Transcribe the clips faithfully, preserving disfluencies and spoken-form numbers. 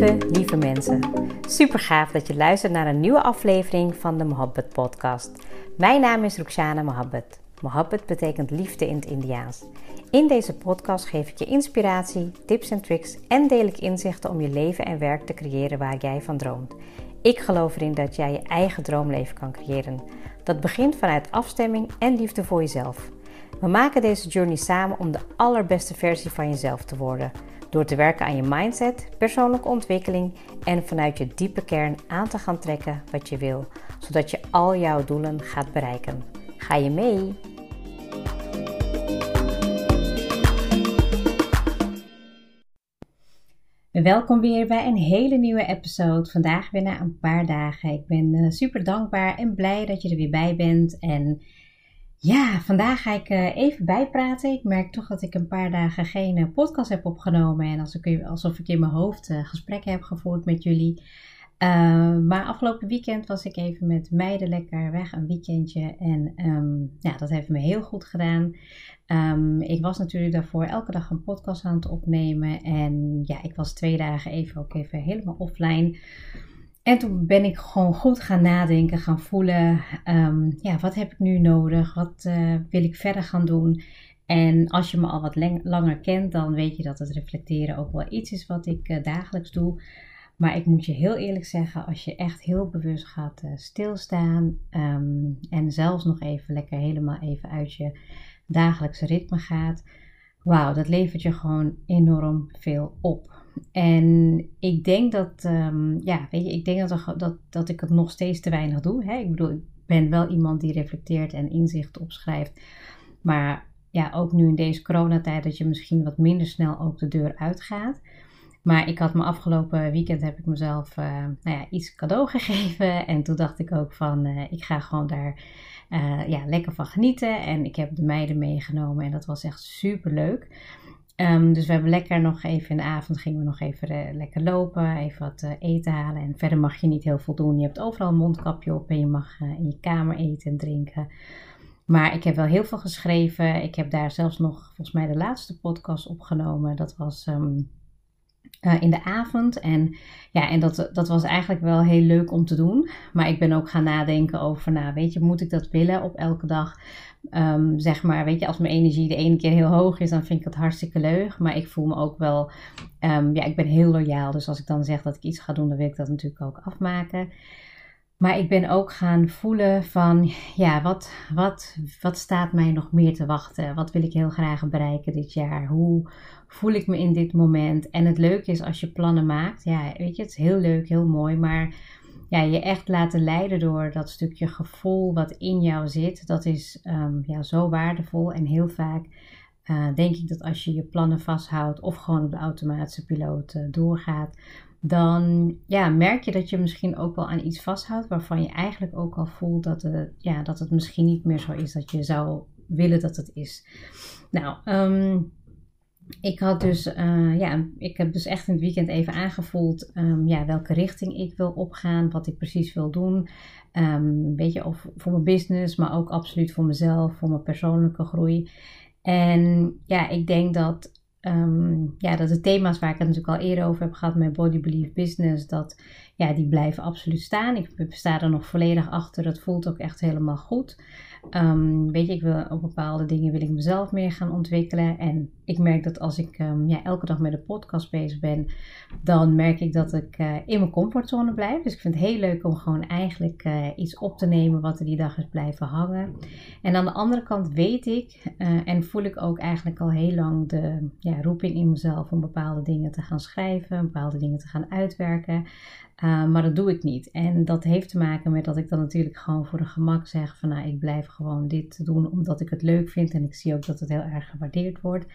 Lieve, lieve mensen. Super gaaf dat je luistert naar een nieuwe aflevering van de Mohabbat podcast. Mijn naam is Rukhsana Mohabbat. Mohabbat betekent liefde in het Indiaans. In deze podcast geef ik je inspiratie, tips en tricks en deel ik inzichten om je leven en werk te creëren waar jij van droomt. Ik geloof erin dat jij je eigen droomleven kan creëren. Dat begint vanuit afstemming en liefde voor jezelf. We maken deze journey samen om de allerbeste versie van jezelf te worden. Door te werken aan je mindset, persoonlijke ontwikkeling en vanuit je diepe kern aan te gaan trekken wat je wil. Zodat je al jouw doelen gaat bereiken. Ga je mee? Welkom weer bij een hele nieuwe episode. Vandaag weer na een paar dagen. Ik ben uh, super dankbaar en blij dat je er weer bij bent. En ja, vandaag ga ik uh, even bijpraten. Ik merk toch dat ik een paar dagen geen uh, podcast heb opgenomen. En als ik, alsof ik in mijn hoofd uh, gesprekken heb gevoerd met jullie. Uh, maar afgelopen weekend was ik even met meiden lekker weg, een weekendje. En um, ja, dat heeft me heel goed gedaan. Um, ik was natuurlijk daarvoor elke dag een podcast aan het opnemen. En ja, ik was twee dagen even ook even helemaal offline. En toen ben ik gewoon goed gaan nadenken, gaan voelen. Um, ja, wat heb ik nu nodig? Wat uh, wil ik verder gaan doen? En als je me al wat lang, langer kent, dan weet je dat het reflecteren ook wel iets is wat ik uh, dagelijks doe. Maar ik moet je heel eerlijk zeggen, als je echt heel bewust gaat uh, stilstaan um, en zelfs nog even lekker helemaal even uit je dagelijkse ritme gaat, wauw, dat levert je gewoon enorm veel op. En ik denk dat, um, ja, weet je, ik denk dat, dat, dat ik het nog steeds te weinig doe. Hè? Ik bedoel, ik ben wel iemand die reflecteert en inzichten opschrijft, maar ja, ook nu in deze coronatijd dat je misschien wat minder snel ook de deur uitgaat. Maar ik had me afgelopen weekend heb ik mezelf uh, nou ja, iets cadeau gegeven. En toen dacht ik ook van uh, ik ga gewoon daar uh, ja, lekker van genieten. En ik heb de meiden meegenomen en dat was echt super leuk. Um, dus we hebben lekker nog even in de avond gingen we nog even uh, lekker lopen. Even wat uh, eten halen. En verder mag je niet heel veel doen. Je hebt overal een mondkapje op en je mag uh, in je kamer eten en drinken. Maar ik heb wel heel veel geschreven. Ik heb daar zelfs nog volgens mij de laatste podcast opgenomen. Dat was Um, Uh, in de avond. En ja, en dat, dat was eigenlijk wel heel leuk om te doen. Maar ik ben ook gaan nadenken over, nou weet je, moet ik dat willen op elke dag? Um, zeg maar, weet je, als mijn energie de ene keer heel hoog is, dan vind ik het hartstikke leuk. Maar ik voel me ook wel, um, ja, ik ben heel loyaal. Dus als ik dan zeg dat ik iets ga doen, dan wil ik dat natuurlijk ook afmaken. Maar ik ben ook gaan voelen van, ja, wat, wat, wat staat mij nog meer te wachten? Wat wil ik heel graag bereiken dit jaar? Hoe voel ik me in dit moment? En het leuke is als je plannen maakt, ja, weet je, het is heel leuk, heel mooi, maar ja, je echt laten leiden door dat stukje gevoel wat in jou zit, dat is um, ja, zo waardevol. En heel vaak uh, denk ik dat als je je plannen vasthoudt of gewoon op de automatische piloot uh, doorgaat, dan ja, merk je dat je misschien ook wel aan iets vasthoudt waarvan je eigenlijk ook al voelt dat het, ja, dat het misschien niet meer zo is dat je zou willen dat het is. Nou, um, ik had dus, uh, ja, ik heb dus echt in het weekend even aangevoeld um, ja, welke richting ik wil opgaan, wat ik precies wil doen. Um, weet je, of voor mijn business, maar ook absoluut voor mezelf, voor mijn persoonlijke groei. En ja, ik denk dat Um, ja, dat de thema's waar ik het natuurlijk al eerder over heb gehad met Body Belief Business, dat ja, die blijven absoluut staan. Ik sta er nog volledig achter. Dat voelt ook echt helemaal goed. Um, weet je, ik wil op bepaalde dingen wil ik mezelf meer gaan ontwikkelen. En ik merk dat als ik um, ja, elke dag met een podcast bezig ben, dan merk ik dat ik uh, in mijn comfortzone blijf. Dus ik vind het heel leuk om gewoon eigenlijk uh, iets op te nemen wat er die dag is blijven hangen. En aan de andere kant weet ik uh, en voel ik ook eigenlijk al heel lang de ja, roeping in mezelf om bepaalde dingen te gaan schrijven, bepaalde dingen te gaan uitwerken. Uh, maar dat doe ik niet. En dat heeft te maken met dat ik dan natuurlijk gewoon voor de gemak zeg van nou, ik blijf gewoon dit doen omdat ik het leuk vind. En ik zie ook dat het heel erg gewaardeerd wordt.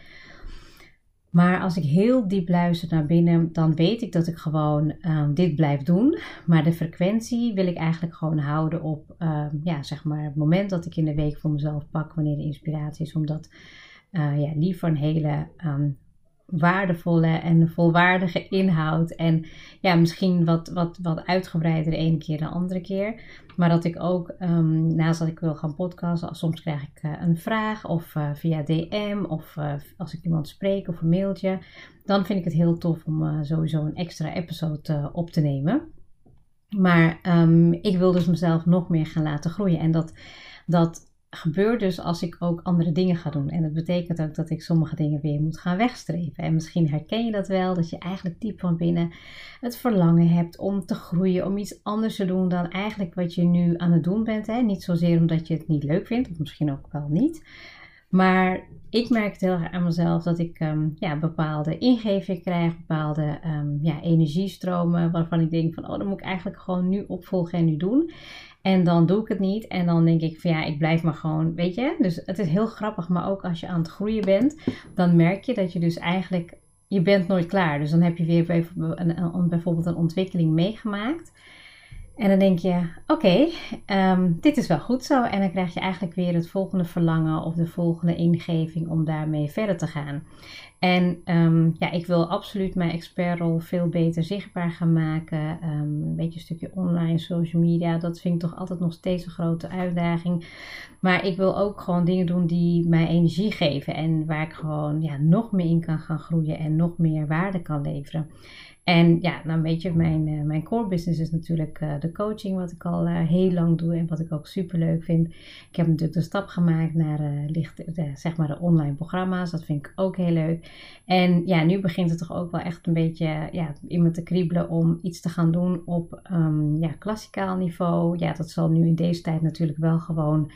Maar als ik heel diep luister naar binnen, dan weet ik dat ik gewoon uh, dit blijf doen. Maar de frequentie wil ik eigenlijk gewoon houden op uh, ja, zeg maar het moment dat ik in de week voor mezelf pak wanneer de inspiratie is. Omdat uh, ja, liever een hele um, waardevolle en volwaardige inhoud. En ja, misschien wat, wat, wat uitgebreider de ene keer dan de andere keer. Maar dat ik ook, um, naast dat ik wil gaan podcasten, soms krijg ik uh, een vraag of uh, via D M of uh, als ik iemand spreek of een mailtje. Dan vind ik het heel tof om uh, sowieso een extra episode uh, op te nemen. Maar um, ik wil dus mezelf nog meer gaan laten groeien. En dat, dat gebeurt dus als ik ook andere dingen ga doen. En dat betekent ook dat ik sommige dingen weer moet gaan wegstrepen. En misschien herken je dat wel, dat je eigenlijk diep van binnen het verlangen hebt om te groeien, om iets anders te doen dan eigenlijk wat je nu aan het doen bent. Hè? Niet zozeer omdat je het niet leuk vindt, of misschien ook wel niet. Maar ik merk het heel erg aan mezelf dat ik um, ja, bepaalde ingevingen krijg, bepaalde um, ja, energiestromen waarvan ik denk van, oh, dat moet ik eigenlijk gewoon nu opvolgen en nu doen. En dan doe ik het niet en dan denk ik van ja, ik blijf maar gewoon, weet je. Dus het is heel grappig, maar ook als je aan het groeien bent, dan merk je dat je dus eigenlijk, je bent nooit klaar. Dus dan heb je weer bijvoorbeeld een, een, bijvoorbeeld een ontwikkeling meegemaakt. En dan denk je, oké, okay, um, dit is wel goed zo. En dan krijg je eigenlijk weer het volgende verlangen of de volgende ingeving om daarmee verder te gaan. En um, ja, ik wil absoluut mijn expertrol veel beter zichtbaar gaan maken. Um, een beetje een stukje online, social media, dat vind ik toch altijd nog steeds een grote uitdaging. Maar ik wil ook gewoon dingen doen die mij energie geven. En waar ik gewoon ja, nog meer in kan gaan groeien en nog meer waarde kan leveren. En ja, nou weet je, mijn, uh, mijn core business is natuurlijk uh, de coaching, wat ik al uh, heel lang doe en wat ik ook super leuk vind. Ik heb natuurlijk de stap gemaakt naar uh, licht, de, zeg maar de online programma's, dat vind ik ook heel leuk. En ja, nu begint het toch ook wel echt een beetje ja, in me te kriebelen om iets te gaan doen op um, ja, klassikaal niveau. Ja, dat zal nu in deze tijd natuurlijk wel gewoon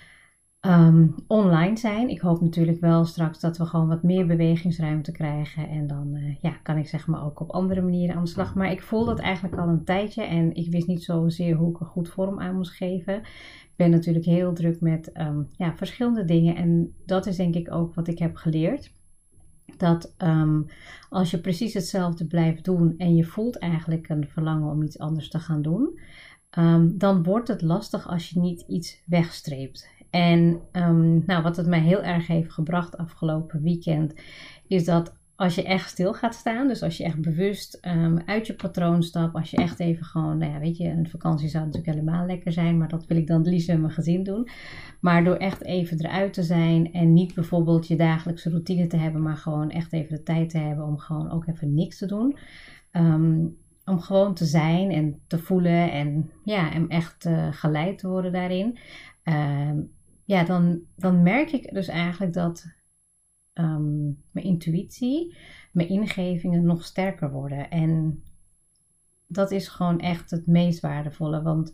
Um, online zijn. Ik hoop natuurlijk wel straks dat we gewoon wat meer bewegingsruimte krijgen. En dan uh, ja, kan ik zeg maar ook op andere manieren aan de slag. Maar ik voel dat eigenlijk al een tijdje. En ik wist niet zozeer hoe ik er goed vorm aan moest geven. Ik ben natuurlijk heel druk met um, ja, verschillende dingen. En dat is denk ik ook wat ik heb geleerd. Dat um, als je precies hetzelfde blijft doen. En je voelt eigenlijk een verlangen om iets anders te gaan doen. Um, dan wordt het lastig als je niet iets wegstreept. En um, nou, wat het mij heel erg heeft gebracht afgelopen weekend, is dat als je echt stil gaat staan, dus als je echt bewust um, uit je patroon stapt, als je echt even gewoon, nou ja, weet je, een vakantie zou natuurlijk helemaal lekker zijn, maar dat wil ik dan het liefst met mijn gezin doen. Maar door echt even eruit te zijn en niet bijvoorbeeld je dagelijkse routine te hebben, maar gewoon echt even de tijd te hebben om gewoon ook even niks te doen. Um, Om gewoon te zijn en te voelen en ja, en echt uh, geleid te worden daarin. Uh, ja, dan, dan merk ik dus eigenlijk dat um, mijn intuïtie, mijn ingevingen nog sterker worden. En dat is gewoon echt het meest waardevolle. Want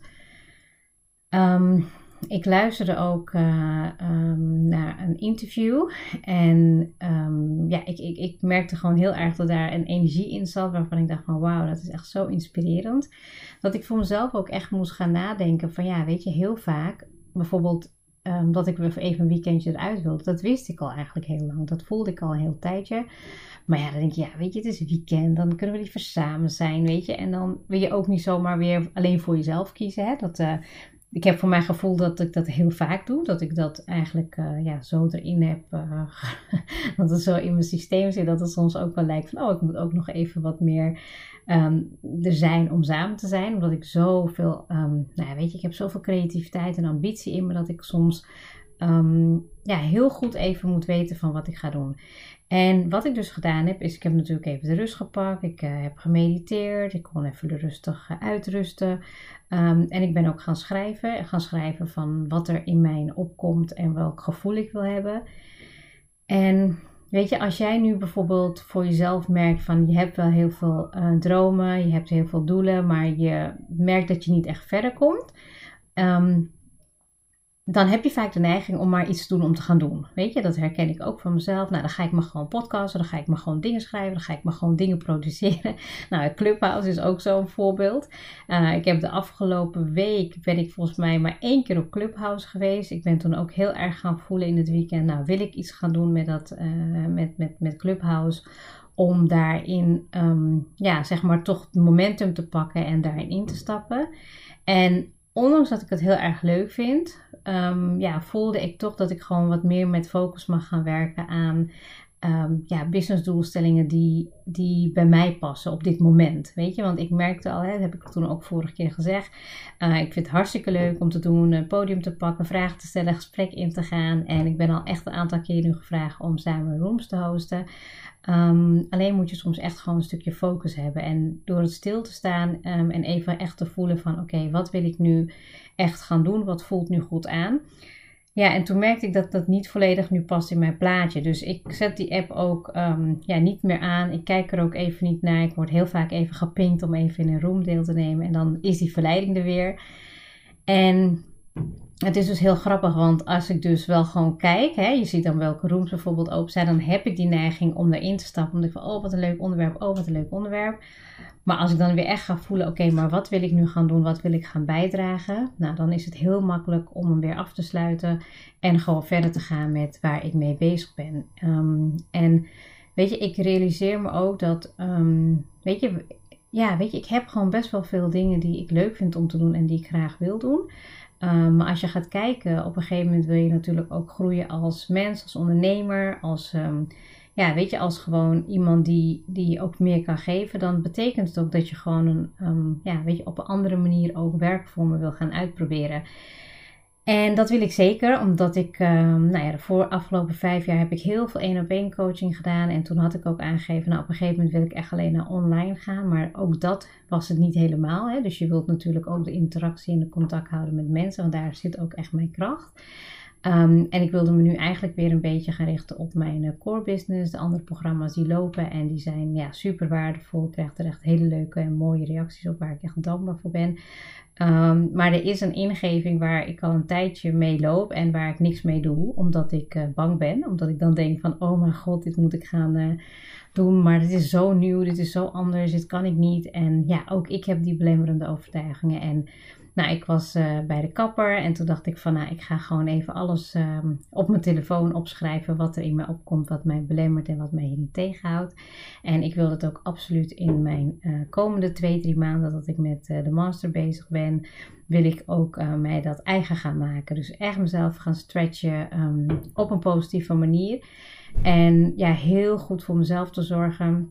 um, ik luisterde ook uh, um, naar een interview en um, ja, ik, ik, ik merkte gewoon heel erg dat daar een energie in zat waarvan ik dacht van wauw, dat is echt zo inspirerend. Dat ik voor mezelf ook echt moest gaan nadenken van ja, weet je, heel vaak bijvoorbeeld um, dat ik even een weekendje eruit wilde. Dat wist ik al eigenlijk heel lang, dat voelde ik al een heel tijdje. Maar ja, dan denk je, ja, weet je, het is weekend, dan kunnen we liever samen zijn, weet je. En dan wil je ook niet zomaar weer alleen voor jezelf kiezen, hè. Dat... Uh, Ik heb voor mijn gevoel dat ik dat heel vaak doe. Dat ik dat eigenlijk uh, ja, zo erin heb. Uh, dat het zo in mijn systeem zit. Dat het soms ook wel lijkt van... Oh, ik moet ook nog even wat meer um, er zijn om samen te zijn. Omdat ik zoveel... Um, nou ja, weet je, ik heb zoveel creativiteit en ambitie in me. Dat ik soms um, ja, heel goed even moet weten van wat ik ga doen. En wat ik dus gedaan heb, is ik heb natuurlijk even de rust gepakt. Ik uh, heb gemediteerd. Ik kon even rustig uh, uitrusten. Um, en ik ben ook gaan schrijven. Gaan schrijven van wat er in mij opkomt en welk gevoel ik wil hebben. En weet je, als jij nu bijvoorbeeld voor jezelf merkt van je hebt wel heel veel uh, dromen. Je hebt heel veel doelen, maar je merkt dat je niet echt verder komt. Um, Dan heb je vaak de neiging om maar iets te doen om te gaan doen. Weet je, dat herken ik ook van mezelf. Nou, dan ga ik maar gewoon podcasten, dan ga ik maar gewoon dingen schrijven, dan ga ik maar gewoon dingen produceren. Nou, Clubhouse is ook zo'n voorbeeld. Uh, ik heb de afgelopen week, ben ik volgens mij maar één keer op Clubhouse geweest. Ik ben toen ook heel erg gaan voelen in het weekend. Nou, wil ik iets gaan doen met, dat, uh, met, met, met Clubhouse om daarin, um, ja, zeg maar toch het momentum te pakken en daarin in te stappen. En ondanks dat ik het heel erg leuk vind, um, ja, voelde ik toch dat ik gewoon wat meer met focus mag gaan werken aan um, ja, businessdoelstellingen die, die bij mij passen op dit moment. Weet je, want ik merkte al, hè, dat heb ik toen ook vorige keer gezegd. Uh, ik vind het hartstikke leuk om te doen, een podium te pakken, vragen te stellen, gesprek in te gaan. En ik ben al echt een aantal keer nu gevraagd om samen rooms te hosten. Um, alleen moet je soms echt gewoon een stukje focus hebben. En door het stil te staan um, en even echt te voelen van oké, okay, wat wil ik nu echt gaan doen? Wat voelt nu goed aan? Ja, en toen merkte ik dat dat niet volledig nu past in mijn plaatje. Dus ik zet die app ook um, ja, niet meer aan. Ik kijk er ook even niet naar. Ik word heel vaak even gepinkt om even in een room deel te nemen. En dan is die verleiding er weer. En het is dus heel grappig, want als ik dus wel gewoon kijk, hè, je ziet dan welke rooms bijvoorbeeld open zijn, dan heb ik die neiging om erin te stappen. Omdat ik van, oh wat een leuk onderwerp, oh wat een leuk onderwerp. Maar als ik dan weer echt ga voelen, oké, okay, maar wat wil ik nu gaan doen, wat wil ik gaan bijdragen? Nou, dan is het heel makkelijk om hem weer af te sluiten en gewoon verder te gaan met waar ik mee bezig ben. Um, en weet je, ik realiseer me ook dat, um, weet je, ja, weet je, ik heb gewoon best wel veel dingen die ik leuk vind om te doen en die ik graag wil doen. Um, maar als je gaat kijken, op een gegeven moment wil je natuurlijk ook groeien als mens, als ondernemer, als, um, ja, weet je, als gewoon iemand die, die ook meer kan geven. Dan betekent het ook dat je gewoon een, um, ja, weet je, op een andere manier ook werkvormen wil gaan uitproberen. En dat wil ik zeker, omdat ik, um, nou ja, de voor afgelopen vijf jaar heb ik heel veel één op één coaching gedaan. En toen had ik ook aangegeven, nou op een gegeven moment wil ik echt alleen naar online gaan. Maar ook dat was het niet helemaal. Hè? Dus je wilt natuurlijk ook de interactie en de contact houden met mensen, want daar zit ook echt mijn kracht. Um, en ik wilde me nu eigenlijk weer een beetje gaan richten op mijn uh, core business. De andere programma's die lopen en die zijn ja, super waardevol. Ik krijg er echt hele leuke en mooie reacties op waar ik echt dankbaar voor ben. Um, maar er is een ingeving waar ik al een tijdje mee loop en waar ik niks mee doe. Omdat ik uh, bang ben. Omdat ik dan denk van oh mijn god, dit moet ik gaan uh, doen. Maar dit is zo nieuw, dit is zo anders, dit kan ik niet. En ja, ook ik heb die belemmerende overtuigingen. En nou, ik was uh, bij de kapper en toen dacht ik van nou, ik ga gewoon even alles uh, op mijn telefoon opschrijven wat er in mij opkomt, wat mij belemmert en wat mij hierin tegenhoudt. En ik wil het ook absoluut in mijn uh, komende twee, drie maanden dat ik met uh, de master bezig ben, wil ik ook uh, mij dat eigen gaan maken. Dus echt mezelf gaan stretchen um, op een positieve manier. En ja, heel goed voor mezelf te zorgen.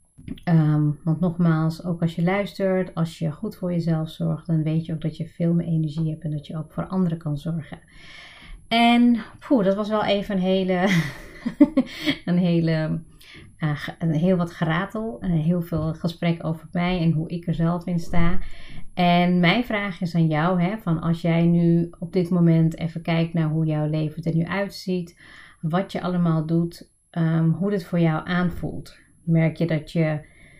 Um, want nogmaals, ook als je luistert, als je goed voor jezelf zorgt, dan weet je ook dat je veel meer energie hebt en dat je ook voor anderen kan zorgen. En poeh, dat was wel even een hele, een hele, uh, een heel wat geratel, uh, heel veel gesprek over mij en hoe ik er zelf in sta. En mijn vraag is aan jou, hè, van als jij nu op dit moment even kijkt naar hoe jouw leven er nu uitziet, wat je allemaal doet, um, hoe dit voor jou aanvoelt. Merk je dat je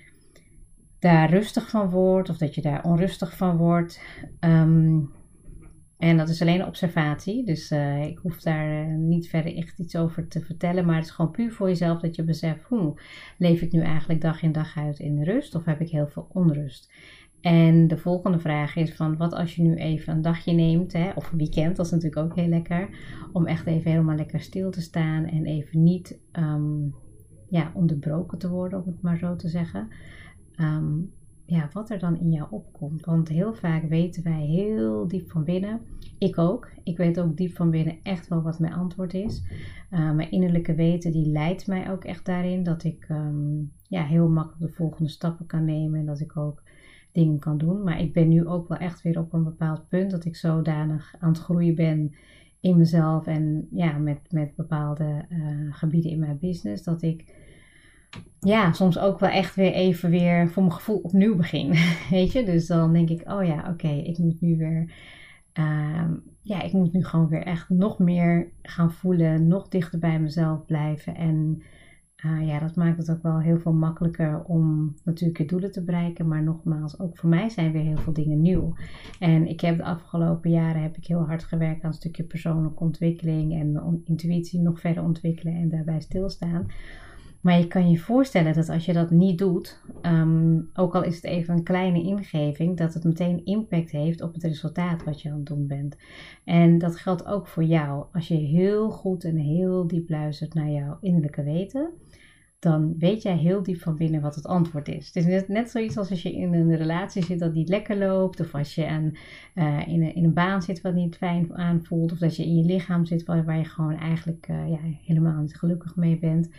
daar rustig van wordt of dat je daar onrustig van wordt? Um, en dat is alleen een observatie, dus uh, ik hoef daar uh, niet verder echt iets over te vertellen. Maar het is gewoon puur voor jezelf dat je beseft, hoe leef ik nu eigenlijk dag in dag uit in rust of heb ik heel veel onrust? En de volgende vraag is van wat als je nu even een dagje neemt, hè, of een weekend, dat is natuurlijk ook heel lekker, om echt even helemaal lekker stil te staan en even niet um, ja, onderbroken te worden, om het maar zo te zeggen. Um, ja, wat er dan in jou opkomt. Want heel vaak weten wij heel diep van binnen, ik ook, ik weet ook diep van binnen echt wel wat mijn antwoord is. Uh, mijn innerlijke weten die leidt mij ook echt daarin dat ik um, ja, heel makkelijk de volgende stappen kan nemen en dat ik ook dingen kan doen. Maar ik ben nu ook wel echt weer op een bepaald punt dat ik zodanig aan het groeien ben in mezelf en ja, met, met bepaalde uh, gebieden in mijn business, dat ik ja, soms ook wel echt weer even weer voor mijn gevoel opnieuw begin. Weet je, dus dan denk ik, oh ja, oké, okay, ik moet nu weer, uh, ja, ik moet nu gewoon weer echt nog meer gaan voelen, nog dichter bij mezelf blijven. En uh, ja, dat maakt het ook wel heel veel makkelijker om natuurlijk je doelen te bereiken. Maar nogmaals, ook voor mij zijn weer heel veel dingen nieuw. En ik heb de afgelopen jaren heb ik heel hard gewerkt aan een stukje persoonlijke ontwikkeling en mijn intuïtie nog verder ontwikkelen en daarbij stilstaan. Maar je kan je voorstellen dat als je dat niet doet, um, ook al is het even een kleine ingeving, dat het meteen impact heeft op het resultaat wat je aan het doen bent. En dat geldt ook voor jou. Als je heel goed en heel diep luistert naar jouw innerlijke weten, dan weet jij heel diep van binnen wat het antwoord is. Het is net, net zoiets als als je in een relatie zit dat niet lekker loopt, of als je aan, uh, in, een, in een baan zit wat niet fijn aanvoelt, of dat je in je lichaam zit waar, waar je gewoon eigenlijk uh, ja, helemaal niet gelukkig mee bent.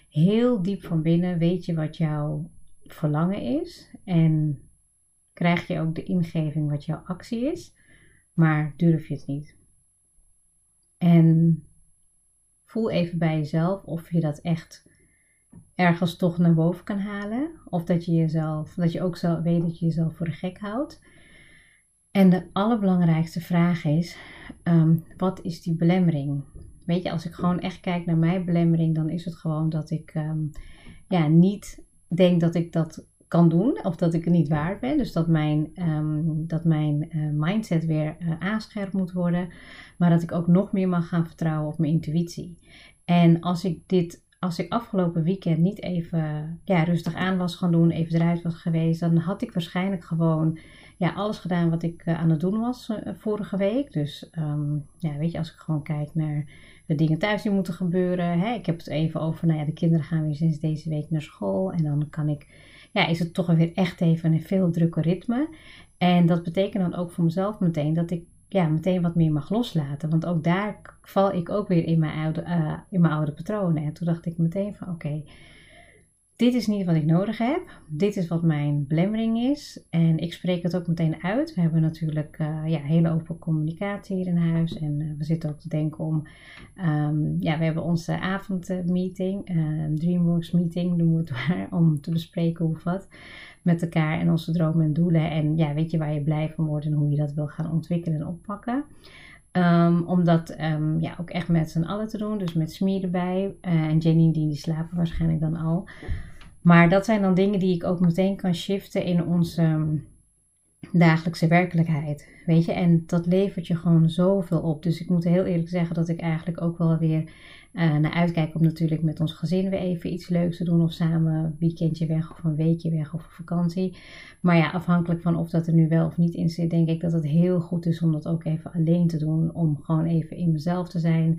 heel diep van binnen weet je wat jouw verlangen is. En krijg je ook de ingeving wat jouw actie is. Maar durf je het niet. En voel even bij jezelf of je dat echt ergens toch naar boven kan halen. Of dat je jezelf, dat je ook zo weet dat je jezelf voor de gek houdt. En de allerbelangrijkste vraag is, um, wat is die belemmering? Weet je, als ik gewoon echt kijk naar mijn belemmering, dan is het gewoon dat ik um, ja, niet denk dat ik dat kan doen. Of dat ik het niet waard ben. Dus dat mijn, um, dat mijn uh, mindset weer uh, aanscherpt moet worden. Maar dat ik ook nog meer mag gaan vertrouwen op mijn intuïtie. En als ik dit... Als ik afgelopen weekend niet even ja, rustig aan was gaan doen, even eruit was geweest, dan had ik waarschijnlijk gewoon ja, alles gedaan wat ik uh, aan het doen was uh, vorige week. Dus um, ja, weet je, als ik gewoon kijk naar de dingen thuis die moeten gebeuren. Hè, ik heb het even over, nou ja, de kinderen gaan weer sinds deze week naar school. En dan kan ik, ja, is het toch weer echt even een veel drukker ritme. En dat betekent dan ook voor mezelf meteen dat ik ja, meteen wat meer mag loslaten. Want ook daar val ik ook weer in mijn oude, uh, in mijn oude patronen. En toen dacht ik meteen van oké, okay, dit is niet wat ik nodig heb. Dit is wat mijn belemmering is. En ik spreek het ook meteen uit. We hebben natuurlijk uh, ja, hele open communicatie hier in huis. En uh, we zitten ook te denken om... Um, ja, we hebben onze avondmeeting, uh, Dreamworks meeting, noemen we het maar, om te bespreken hoe of wat met elkaar en onze dromen en doelen. En ja, weet je waar je blij van wordt en hoe je dat wil gaan ontwikkelen en oppakken. Um, om dat um, ja, ook echt met z'n allen te doen. Dus met Smie erbij. Uh, en Jenny die, die slapen waarschijnlijk dan al. Maar dat zijn dan dingen die ik ook meteen kan shiften in onze um, dagelijkse werkelijkheid. Weet je, en dat levert je gewoon zoveel op. Dus ik moet heel eerlijk zeggen dat ik eigenlijk ook wel weer uh, naar uitkijk om natuurlijk met ons gezin weer even iets leuks te doen. Of samen een weekendje weg of een weekje weg of een vakantie. Maar ja, afhankelijk van of dat er nu wel of niet in zit, denk ik dat het heel goed is om dat ook even alleen te doen. Om gewoon even in mezelf te zijn.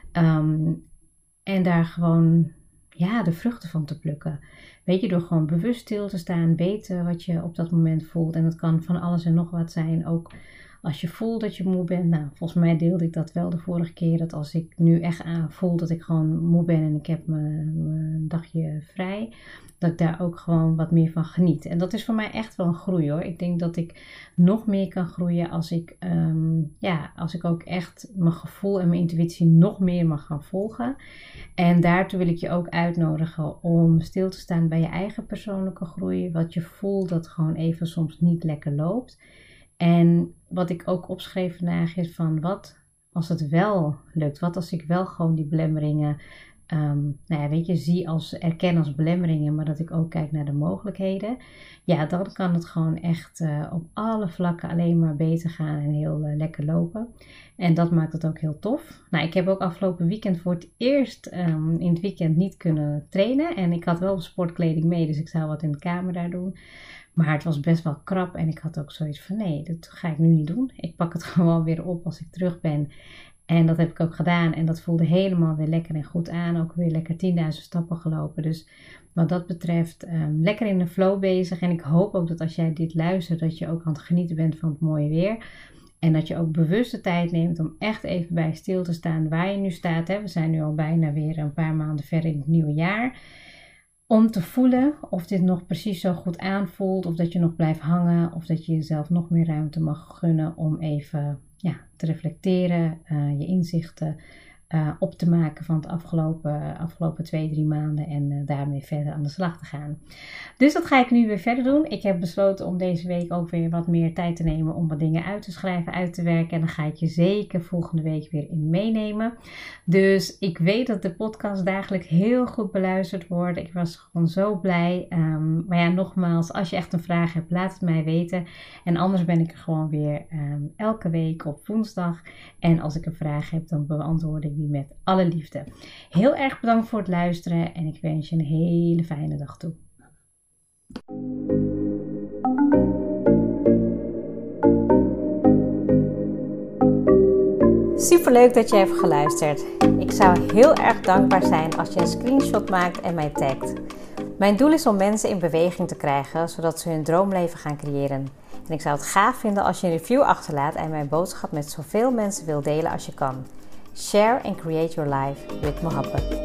Um, en daar gewoon ja, de vruchten van te plukken. Weet je, door gewoon bewust stil te staan, weten wat je op dat moment voelt. En dat kan van alles en nog wat zijn. Ook als je voelt dat je moe bent. Nou, volgens mij deelde ik dat wel de vorige keer. Dat als ik nu echt aan voel dat ik gewoon moe ben en ik heb mijn dagje vrij. Dat ik daar ook gewoon wat meer van geniet. En dat is voor mij echt wel een groei hoor. Ik denk dat ik nog meer kan groeien als ik, um, ja, als ik ook echt mijn gevoel en mijn intuïtie nog meer mag gaan volgen. En daartoe wil ik je ook uitnodigen om stil te staan bij je eigen persoonlijke groei. Wat je voelt dat gewoon even soms niet lekker loopt. En wat ik ook opschreef vandaag is van wat als het wel lukt. Wat als ik wel gewoon die belemmeringen Um, nou ja, weet je, zie als, erken als belemmeringen, maar dat ik ook kijk naar de mogelijkheden. Ja, dan kan het gewoon echt uh, op alle vlakken alleen maar beter gaan en heel uh, lekker lopen. En dat maakt het ook heel tof. Nou, ik heb ook afgelopen weekend voor het eerst um, in het weekend niet kunnen trainen. En ik had wel sportkleding mee, dus ik zou wat in de kamer daar doen. Maar het was best wel krap en ik had ook zoiets van nee, dat ga ik nu niet doen. Ik pak het gewoon weer op als ik terug ben. En dat heb ik ook gedaan en dat voelde helemaal weer lekker en goed aan. Ook weer lekker tienduizend stappen gelopen. Dus wat dat betreft um, lekker in de flow bezig. En ik hoop ook dat als jij dit luistert, dat je ook aan het genieten bent van het mooie weer. En dat je ook bewust de tijd neemt om echt even bij stil te staan waar je nu staat. Hè. We zijn nu al bijna weer een paar maanden verder in het nieuwe jaar. Om te voelen of dit nog precies zo goed aanvoelt. Of dat je nog blijft hangen. Of dat je jezelf nog meer ruimte mag gunnen om even ja, te reflecteren. Uh, je inzichten uh, op te maken van het afgelopen, afgelopen twee, drie maanden. En uh, daarmee verder aan de slag te gaan. Dus dat ga ik nu weer verder doen. Ik heb besloten om deze week ook weer wat meer tijd te nemen om wat dingen uit te schrijven, uit te werken. En dan ga ik je zeker volgende week weer in meenemen. Dus ik weet dat de podcast dagelijks heel goed beluisterd wordt. Ik was gewoon zo blij. Um, maar ja, nogmaals, als je echt een vraag hebt, laat het mij weten. En anders ben ik er gewoon weer um, elke week op woensdag. En als ik een vraag heb, dan beantwoord ik die met alle liefde. Heel erg bedankt voor het luisteren. En ik wens je een hele fijne dag toe. Superleuk dat je hebt geluisterd. Ik zou heel erg dankbaar zijn als je een screenshot maakt en mij tagt. Mijn doel is om mensen in beweging te krijgen, zodat ze hun droomleven gaan creëren. En ik zou het gaaf vinden als je een review achterlaat en mijn boodschap met zoveel mensen wilt delen als je kan. Share and create your life with Mohabbat.